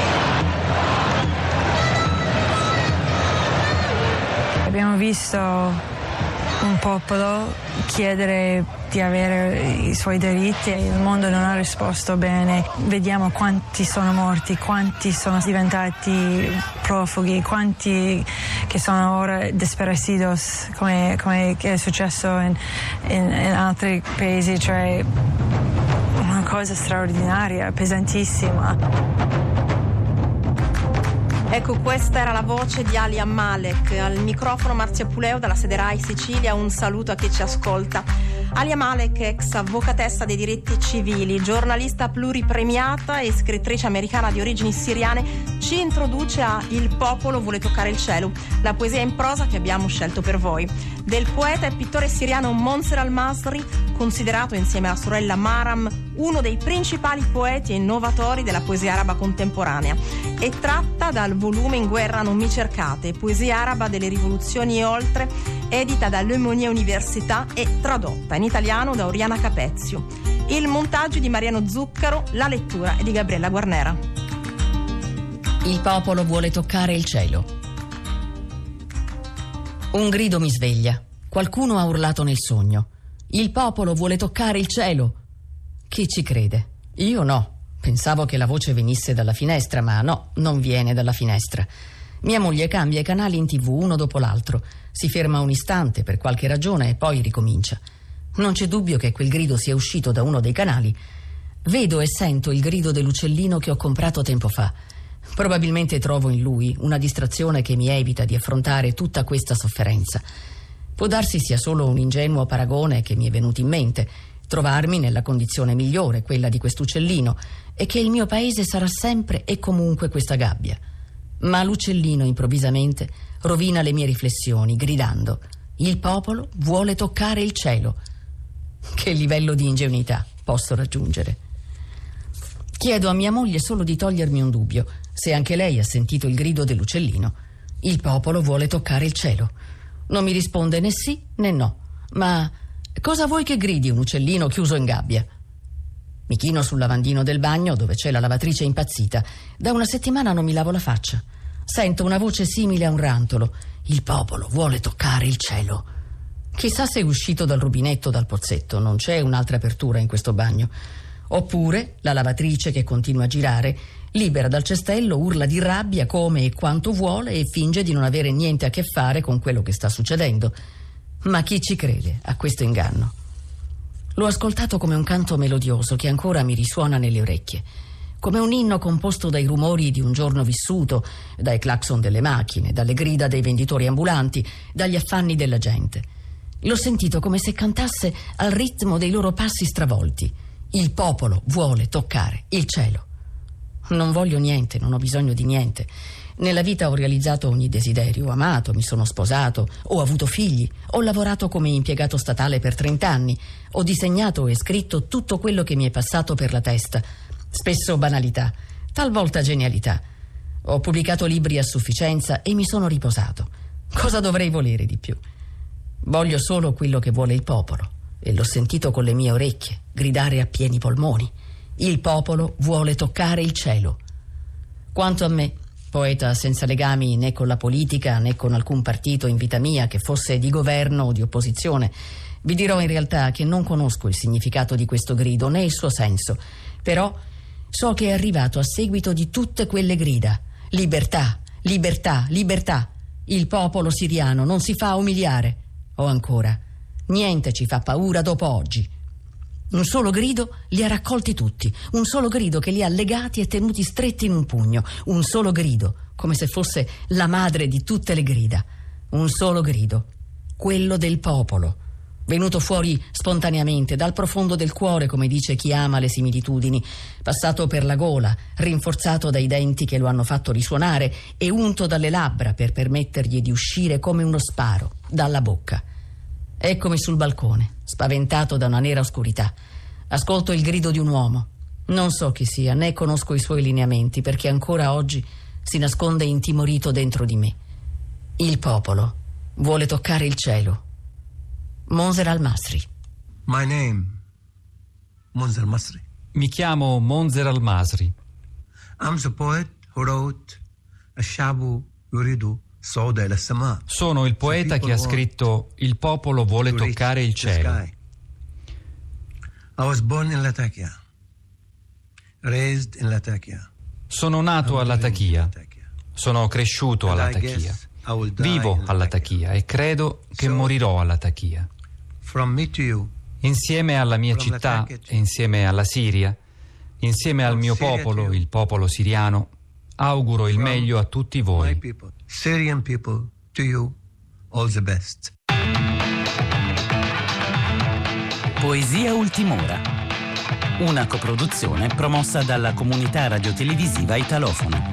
Abbiamo visto un popolo chiedere di avere i suoi diritti e il mondo non ha risposto bene. Vediamo quanti sono morti, quanti sono diventati profughi, quanti che sono ora desaparecidos, come è successo in altri paesi, cioè una cosa straordinaria, pesantissima. Ecco, questa era la voce di Alia Malek. Al microfono Marzia Puleo dalla sede Rai Sicilia, un saluto a chi ci ascolta. Alia Malek, ex avvocatessa dei diritti civili, giornalista pluripremiata e scrittrice americana di origini siriane, ci introduce a Il popolo vuole toccare il cielo, la poesia in prosa che abbiamo scelto per voi. Del poeta e pittore siriano Monser al-Masri, considerato insieme alla sorella Maram uno dei principali poeti e innovatori della poesia araba contemporanea, e tratta dal volume In guerra non mi cercate, poesia araba delle rivoluzioni e oltre, edita da Le Monnier Università e tradotta in italiano da Oriana Capezio. Il montaggio di Mariano Zuccaro, la lettura è di Gabriella Guarnera. Il popolo vuole toccare il cielo. Un grido mi sveglia. Qualcuno ha urlato nel sogno. Il popolo vuole toccare il cielo. Chi ci crede? Io no. Pensavo che la voce venisse dalla finestra, ma no, non viene dalla finestra. Mia moglie cambia i canali in TV uno dopo l'altro. Si ferma un istante per qualche ragione e poi ricomincia. Non c'è dubbio che quel grido sia uscito da uno dei canali. Vedo e sento il grido dell'uccellino che ho comprato tempo fa. Probabilmente trovo in lui una distrazione che mi evita di affrontare tutta questa sofferenza. Può darsi sia solo un ingenuo paragone che mi è venuto in mente, trovarmi nella condizione migliore, quella di quest'uccellino, e che il mio paese sarà sempre e comunque questa gabbia. Ma l'uccellino improvvisamente rovina le mie riflessioni, gridando: il popolo vuole toccare il cielo. Che livello di ingenuità posso raggiungere? Chiedo a mia moglie solo di togliermi un dubbio, se anche lei ha sentito il grido dell'uccellino. Il popolo vuole toccare il cielo. Non mi risponde né sì né no. Ma cosa vuoi che gridi un uccellino chiuso in gabbia? Mi chino sul lavandino del bagno dove c'è la lavatrice impazzita. Da una settimana non mi lavo la faccia. Sento una voce simile a un rantolo. Il popolo vuole toccare il cielo. Chissà se è uscito dal rubinetto o dal pozzetto. Non c'è un'altra apertura in questo bagno. Oppure la lavatrice, che continua a girare, libera dal cestello, urla di rabbia come e quanto vuole e finge di non avere niente a che fare con quello che sta succedendo. Ma chi ci crede a questo inganno? L'ho ascoltato come un canto melodioso che ancora mi risuona nelle orecchie, come un inno composto dai rumori di un giorno vissuto, dai clacson delle macchine, dalle grida dei venditori ambulanti, dagli affanni della gente. L'ho sentito come se cantasse al ritmo dei loro passi stravolti. Il popolo vuole toccare il cielo. Non voglio niente, non ho bisogno di niente. Nella vita ho realizzato ogni desiderio, ho amato, mi sono sposato, ho avuto figli, ho lavorato come impiegato statale per 30 anni, ho disegnato e scritto tutto quello che mi è passato per la testa, spesso banalità, talvolta genialità. Ho pubblicato libri a sufficienza e mi sono riposato. Cosa dovrei volere di più? Voglio solo quello che vuole il popolo, e l'ho sentito con le mie orecchie gridare a pieni polmoni. Il popolo vuole toccare il cielo. Quanto a me, poeta senza legami né con la politica né con alcun partito in vita mia, che fosse di governo o di opposizione, vi dirò in realtà che non conosco il significato di questo grido né il suo senso, però so che è arrivato a seguito di tutte quelle grida. Libertà, libertà, libertà. Il popolo siriano non si fa umiliare. O ancora, niente ci fa paura dopo oggi. Un solo grido li ha raccolti tutti, un solo grido che li ha legati e tenuti stretti in un pugno, un solo grido, come se fosse la madre di tutte le grida. Un solo grido, quello del popolo, venuto fuori spontaneamente, dal profondo del cuore, come dice chi ama le similitudini, passato per la gola, rinforzato dai denti che lo hanno fatto risuonare e unto dalle labbra per permettergli di uscire come uno sparo dalla bocca. Eccomi sul balcone, spaventato da una nera oscurità. Ascolto il grido di un uomo. Non so chi sia, né conosco i suoi lineamenti, perché ancora oggi si nasconde intimorito dentro di me. Il popolo vuole toccare il cielo. Monzer al-Masri. My name, Monzer al-Masri. Mi chiamo Monzer al-Masri. I'm the poet who wrote Ash-Shabu Yuridu Sauda ila-Sama. Sono il poeta che ha scritto Il popolo vuole toccare il cielo. I was born in Latakia, raised in Latakia. Sono nato a Latakia. Sono cresciuto a Latakia. Vivo a Latakia e credo che morirò a Latakia. Insieme alla mia città e insieme alla Siria, insieme al mio popolo, il popolo siriano, auguro il meglio a tutti voi. Syrian people, to you, all the best. Poesia Ultimora, una coproduzione promossa dalla comunità radiotelevisiva Italofona.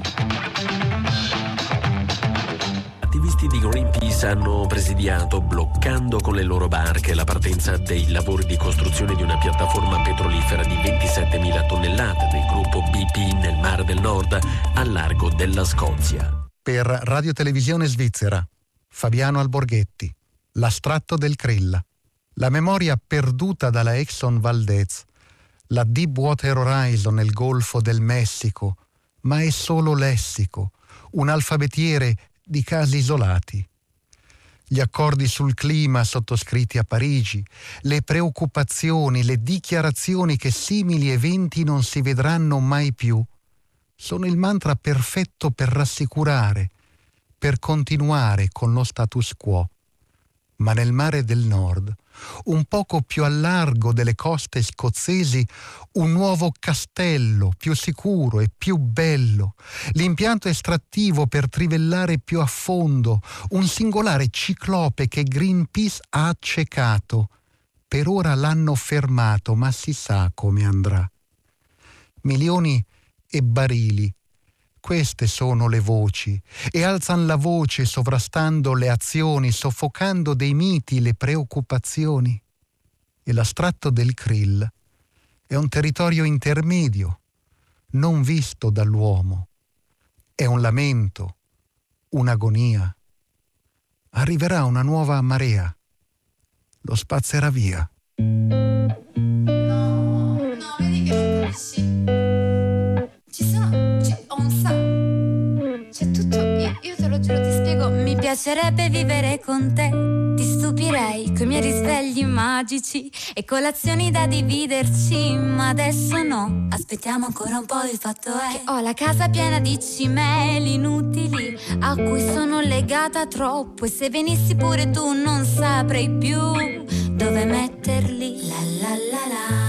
Attivisti di Greenpeace hanno presidiato, bloccando con le loro barche la partenza dei lavori di costruzione di una piattaforma petrolifera di 27.000 tonnellate del gruppo BP nel Mare del Nord, al largo della Scozia. Per Radio Televisione Svizzera, Fabiano Alborghetti, L'astratto del Krill, la memoria perduta dalla Exxon Valdez, la Deepwater Horizon nel Golfo del Messico, ma è solo lessico, un alfabetiere di casi isolati. Gli accordi sul clima sottoscritti a Parigi, le preoccupazioni, le dichiarazioni che simili eventi non si vedranno mai più, sono il mantra perfetto per rassicurare, per continuare con lo status quo. Ma nel Mare del Nord, un poco più a largo delle coste scozzesi, un nuovo castello più sicuro e più bello, l'impianto estrattivo per trivellare più a fondo, un singolare ciclope che Greenpeace ha accecato. Per ora l'hanno fermato, ma si sa come andrà. Milioni e barili. Queste sono le voci, e alzan la voce sovrastando le azioni, soffocando dei miti le preoccupazioni. E l'astratto del Krill è un territorio intermedio, non visto dall'uomo. È un lamento, un'agonia. Arriverà una nuova marea, lo spazzerà via. No, vedi che ho un sacco. C'è tutto, io te lo giuro, ti spiego. Mi piacerebbe vivere con te. Ti stupirei coi miei risvegli magici e colazioni da dividerci. Ma adesso no, aspettiamo ancora un po'. Il fatto è che ho la casa piena di cimeli inutili a cui sono legata troppo. E se venissi pure tu non saprei più dove metterli. La la la la.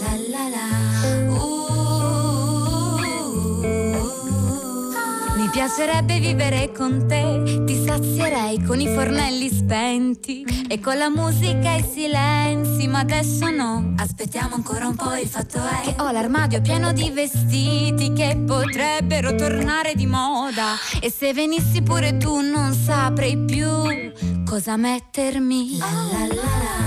Mi piacerebbe vivere con te, ti sazierei con i fornelli spenti e con la musica e i silenzi, ma adesso no. Aspettiamo ancora un po', il fatto è che ho l'armadio pieno di vestiti che potrebbero tornare di moda, e se venissi pure tu non saprei più cosa mettermi. La la la la.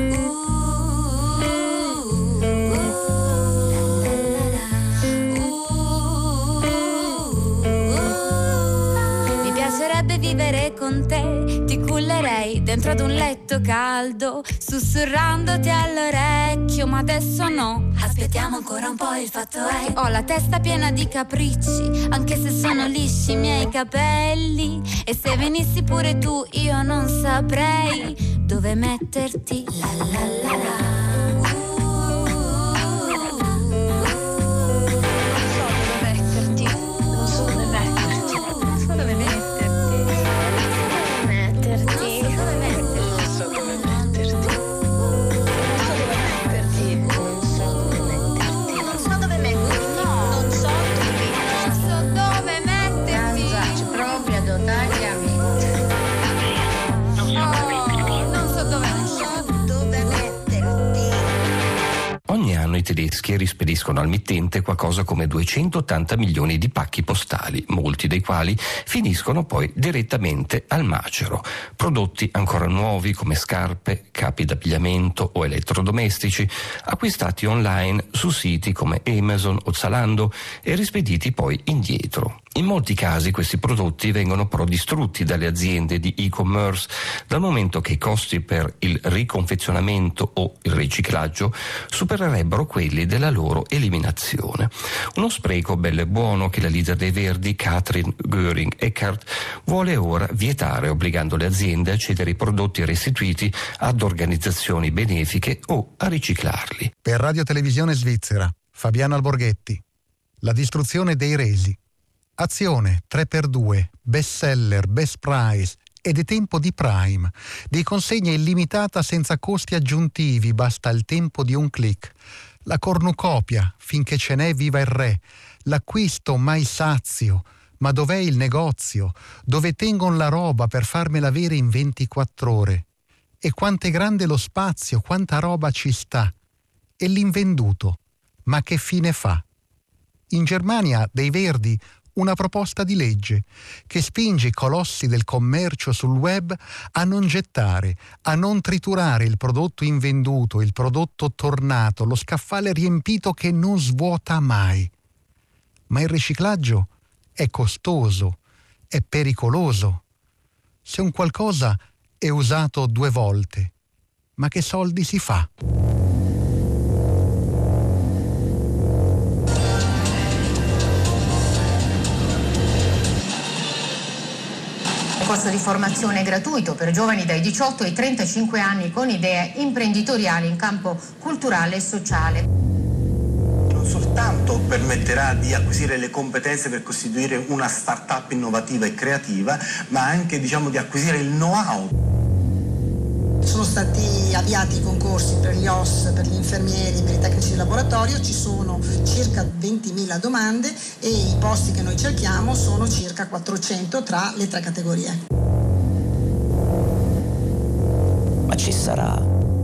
Piacerebbe vivere con te, ti cullerei dentro ad un letto caldo, sussurrandoti all'orecchio, ma adesso no. Aspettiamo ancora un po', il fatto è che ho la testa piena di capricci, anche se sono lisci i miei capelli, e se venissi pure tu io non saprei dove metterti. La la la la. I tedeschi rispediscono al mittente qualcosa come 280 milioni di pacchi postali, molti dei quali finiscono poi direttamente al macero. Prodotti ancora nuovi come scarpe, capi d'abbigliamento o elettrodomestici, acquistati online su siti come Amazon o Zalando e rispediti poi indietro. In molti casi questi prodotti vengono però distrutti dalle aziende di e-commerce, dal momento che i costi per il riconfezionamento o il riciclaggio supererebbero quelli della loro eliminazione. Uno spreco bello e buono che la leader dei Verdi, Katrin Göring-Eckardt, vuole ora vietare, obbligando le aziende a cedere i prodotti restituiti ad organizzazioni benefiche o a riciclarli. Per Radio Televisione Svizzera, Fabiano Alborghetti. La distruzione dei resi. Azione 3x2, bestseller, best price ed è tempo di Prime, di consegna illimitata senza costi aggiuntivi, basta il tempo di un click. La cornucopia, finché ce n'è viva il re, l'acquisto mai sazio, ma dov'è il negozio? Dove tengon la roba per farmela avere in 24 ore? E quanto è grande lo spazio, quanta roba ci sta? E l'invenduto, ma che fine fa? In Germania dei Verdi una proposta di legge che spinge i colossi del commercio sul web a non gettare, a non triturare il prodotto invenduto, il prodotto tornato, lo scaffale riempito che non svuota mai. Ma il riciclaggio è costoso, è pericoloso. Se un qualcosa è usato 2 volte, ma che soldi si fa? Un corso di formazione gratuito per giovani dai 18 ai 35 anni con idee imprenditoriali in campo culturale e sociale. Non soltanto permetterà di acquisire le competenze per costituire una start-up innovativa e creativa, ma anche di acquisire il know-how. Sono stati avviati i concorsi per gli OS, per gli infermieri, per i tecnici di laboratorio, ci sono circa 20.000 domande e i posti che noi cerchiamo sono circa 400 tra le 3 categorie. Ma ci sarà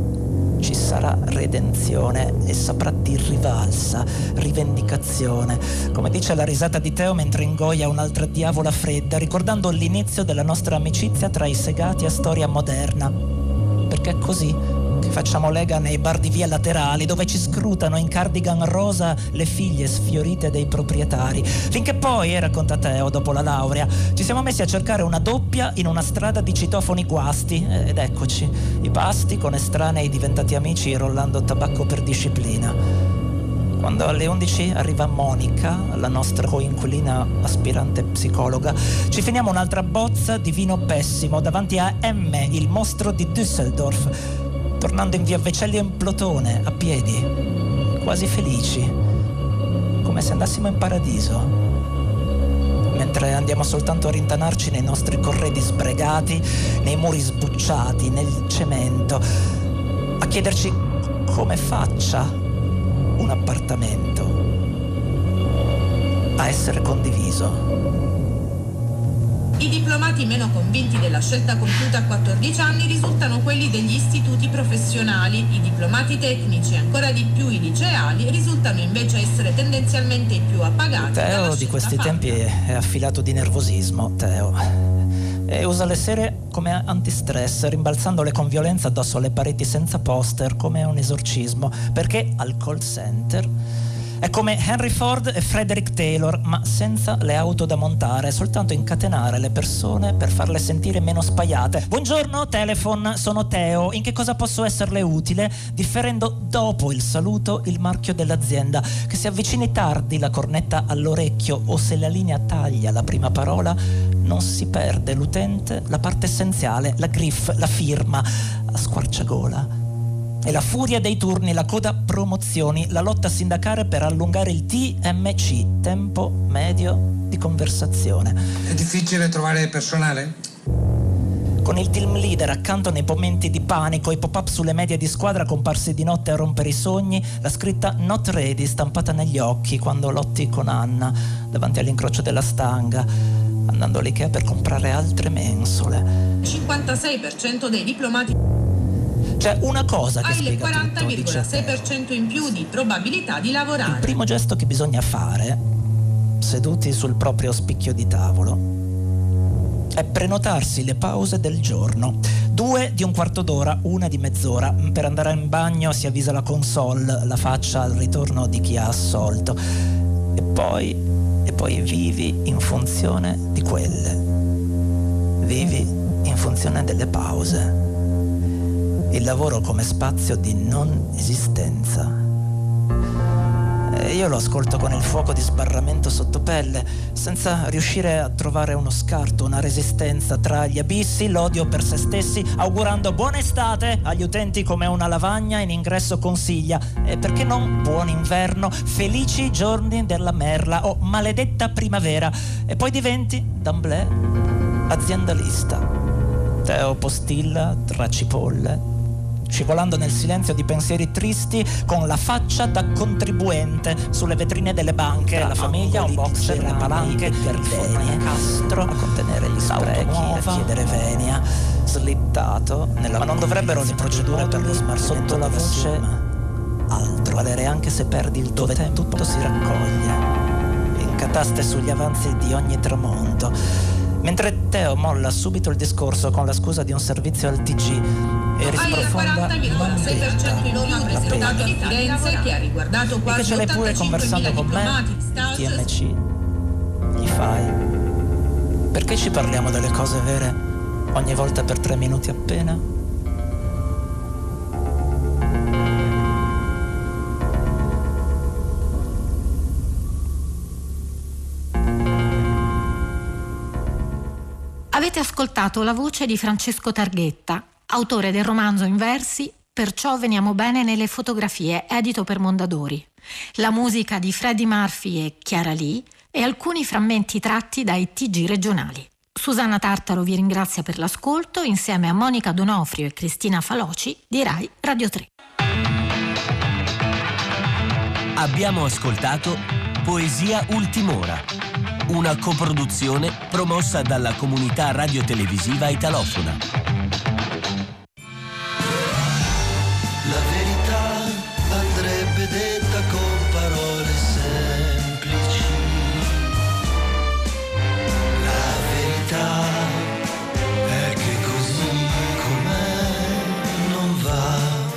redenzione e saprà di rivalsa, rivendicazione, come dice la risata di Teo mentre ingoia un'altra diavola fredda, ricordando l'inizio della nostra amicizia tra i segati a storia moderna. Perché è così che facciamo lega nei bar di via laterali, dove ci scrutano in cardigan rosa le figlie sfiorite dei proprietari. Finché poi, racconta Teo, dopo la laurea, ci siamo messi a cercare una doppia in una strada di citofoni guasti. Ed eccoci, i pasti con estranei diventati amici rollando tabacco per disciplina. Quando alle 11 arriva Monica, la nostra coinquilina aspirante psicologa, ci finiamo un'altra bozza di vino pessimo davanti a M, il mostro di Düsseldorf, tornando in via Vecellio in Plotone, a piedi, quasi felici, come se andassimo in paradiso, mentre andiamo soltanto a rintanarci nei nostri corredi sbregati, nei muri sbucciati, nel cemento, a chiederci come faccia un appartamento a essere condiviso. I diplomati meno convinti della scelta compiuta a 14 anni risultano quelli degli istituti professionali. I diplomati tecnici e ancora di più i liceali risultano invece essere tendenzialmente i più appagati. Teo di questi tempi è affilato di nervosismo, Teo. E usa le sere come antistress, rimbalzandole con violenza addosso alle pareti senza poster, come un esorcismo, perché al call center è come Henry Ford e Frederick Taylor, ma senza le auto da montare, soltanto incatenare le persone per farle sentire meno spaiate. Buongiorno, Telephone, sono Teo, in che cosa posso esserle utile? Differendo dopo il saluto il marchio dell'azienda, che si avvicini tardi la cornetta all'orecchio o se la linea taglia la prima parola, non si perde l'utente la parte essenziale, la griffe, la firma, a squarciagola. E la furia dei turni, la coda promozioni, la lotta sindacale per allungare il TMC, tempo medio di conversazione. È difficile trovare personale? Con il team leader accanto nei momenti di panico, i pop-up sulle medie di squadra comparsi di notte a rompere i sogni, la scritta Not Ready stampata negli occhi quando lotti con Anna davanti all'incrocio della stanga, andando all'Ikea per comprare altre mensole. Il 56% dei diplomati c'è una cosa che ha il spiega tutto, dice 40,6% in più di probabilità di lavorare. Il primo gesto che bisogna fare, seduti sul proprio spicchio di tavolo, è prenotarsi le pause del giorno. 2 di un quarto d'ora, 1 di mezz'ora. Per andare in bagno si avvisa la console, la faccia al ritorno di chi ha assolto. E poi vivi in funzione di quelle. Vivi in funzione delle pause. Il lavoro come spazio di non esistenza. E io lo ascolto con il fuoco di sbarramento sotto pelle, senza riuscire a trovare uno scarto, una resistenza tra gli abissi, l'odio per se stessi, augurando buona estate agli utenti come una lavagna in ingresso consiglia, e perché non buon inverno, felici giorni della merla o maledetta primavera, e poi diventi, d'amblè, aziendalista. Teo postilla tra cipolle, scivolando nel silenzio di pensieri tristi, con la faccia da contribuente sulle vetrine delle banche, la famiglia, un boxer, le palanche, gardenie, Castro a contenere gli sprechi, a chiedere venia, slittato nella... Ma non dovrebbero le procedure per lo smarrimento sotto la voce altro valere anche se perdi il dove tutto si raccoglie, in cataste sugli avanzi di ogni tramonto. Mentre Teo molla subito il discorso con la scusa di un servizio al TG e risprofonda il 40,6% in più presentato a Firenze, che ha riguardato quasi 85.000 diplomati. E che ce l'hai pure conversando con me, TMC, gli fai. Perché ci parliamo delle cose vere ogni volta per 3 minuti appena? Avete ascoltato la voce di Francesco Targhetta, autore del romanzo in versi Perciò veniamo bene nelle fotografie, edito per Mondadori. La musica di Freddie Murphy e Chiara Lee e alcuni frammenti tratti dai TG regionali. Susanna Tartaro vi ringrazia per l'ascolto insieme a Monica Donofrio e Cristina Faloci di Rai Radio 3. Abbiamo ascoltato Poesia Ultimora, una coproduzione promossa dalla comunità radiotelevisiva italofona. La verità andrebbe detta con parole semplici. La verità è che così com'è non va.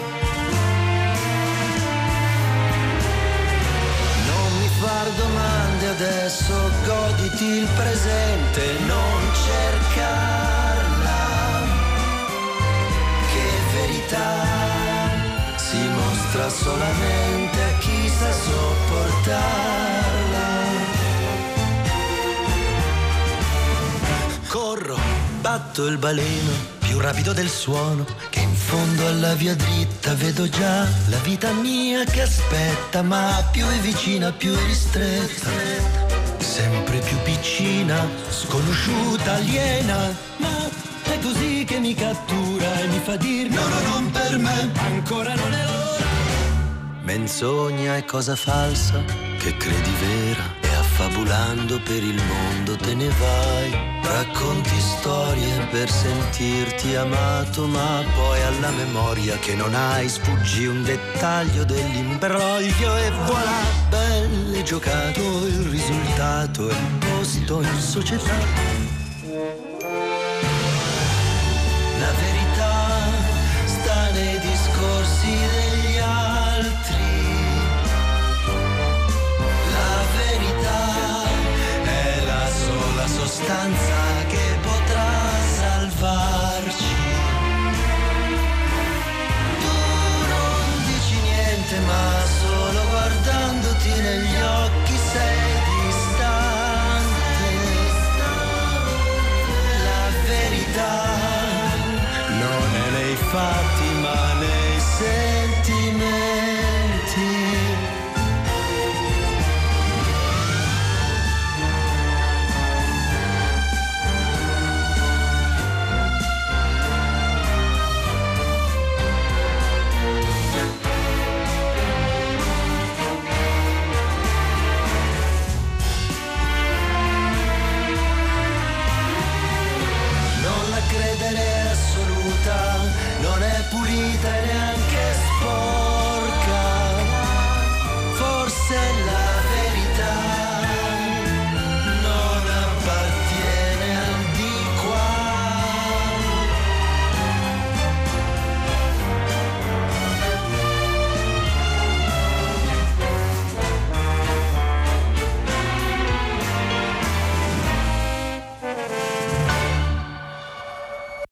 Non mi far domande adesso, goditi il presente, non cercarla. Che verità si mostra solamente a chi sa sopportarla. Corro, batto il baleno, più rapido del suono, che in fondo alla via dritta vedo già la vita mia che aspetta, ma più è vicina, più è ristretta, sempre più piccina, sconosciuta, aliena, ma è così che mi cattura e mi fa dire no, no, non per me, ancora non è l'ora. Menzogna è cosa falsa che credi vera e affascinante. Fabulando per il mondo te ne vai, racconti storie per sentirti amato, ma poi alla memoria che non hai sfuggi un dettaglio dell'imbroglio e voilà, belle giocato, il risultato è il posto in società. La verità sta nei discorsi degli altri. La sostanza che potrà salvarci. Tu non dici niente, ma solo guardandoti negli occhi sei distante. La verità non è nei fatti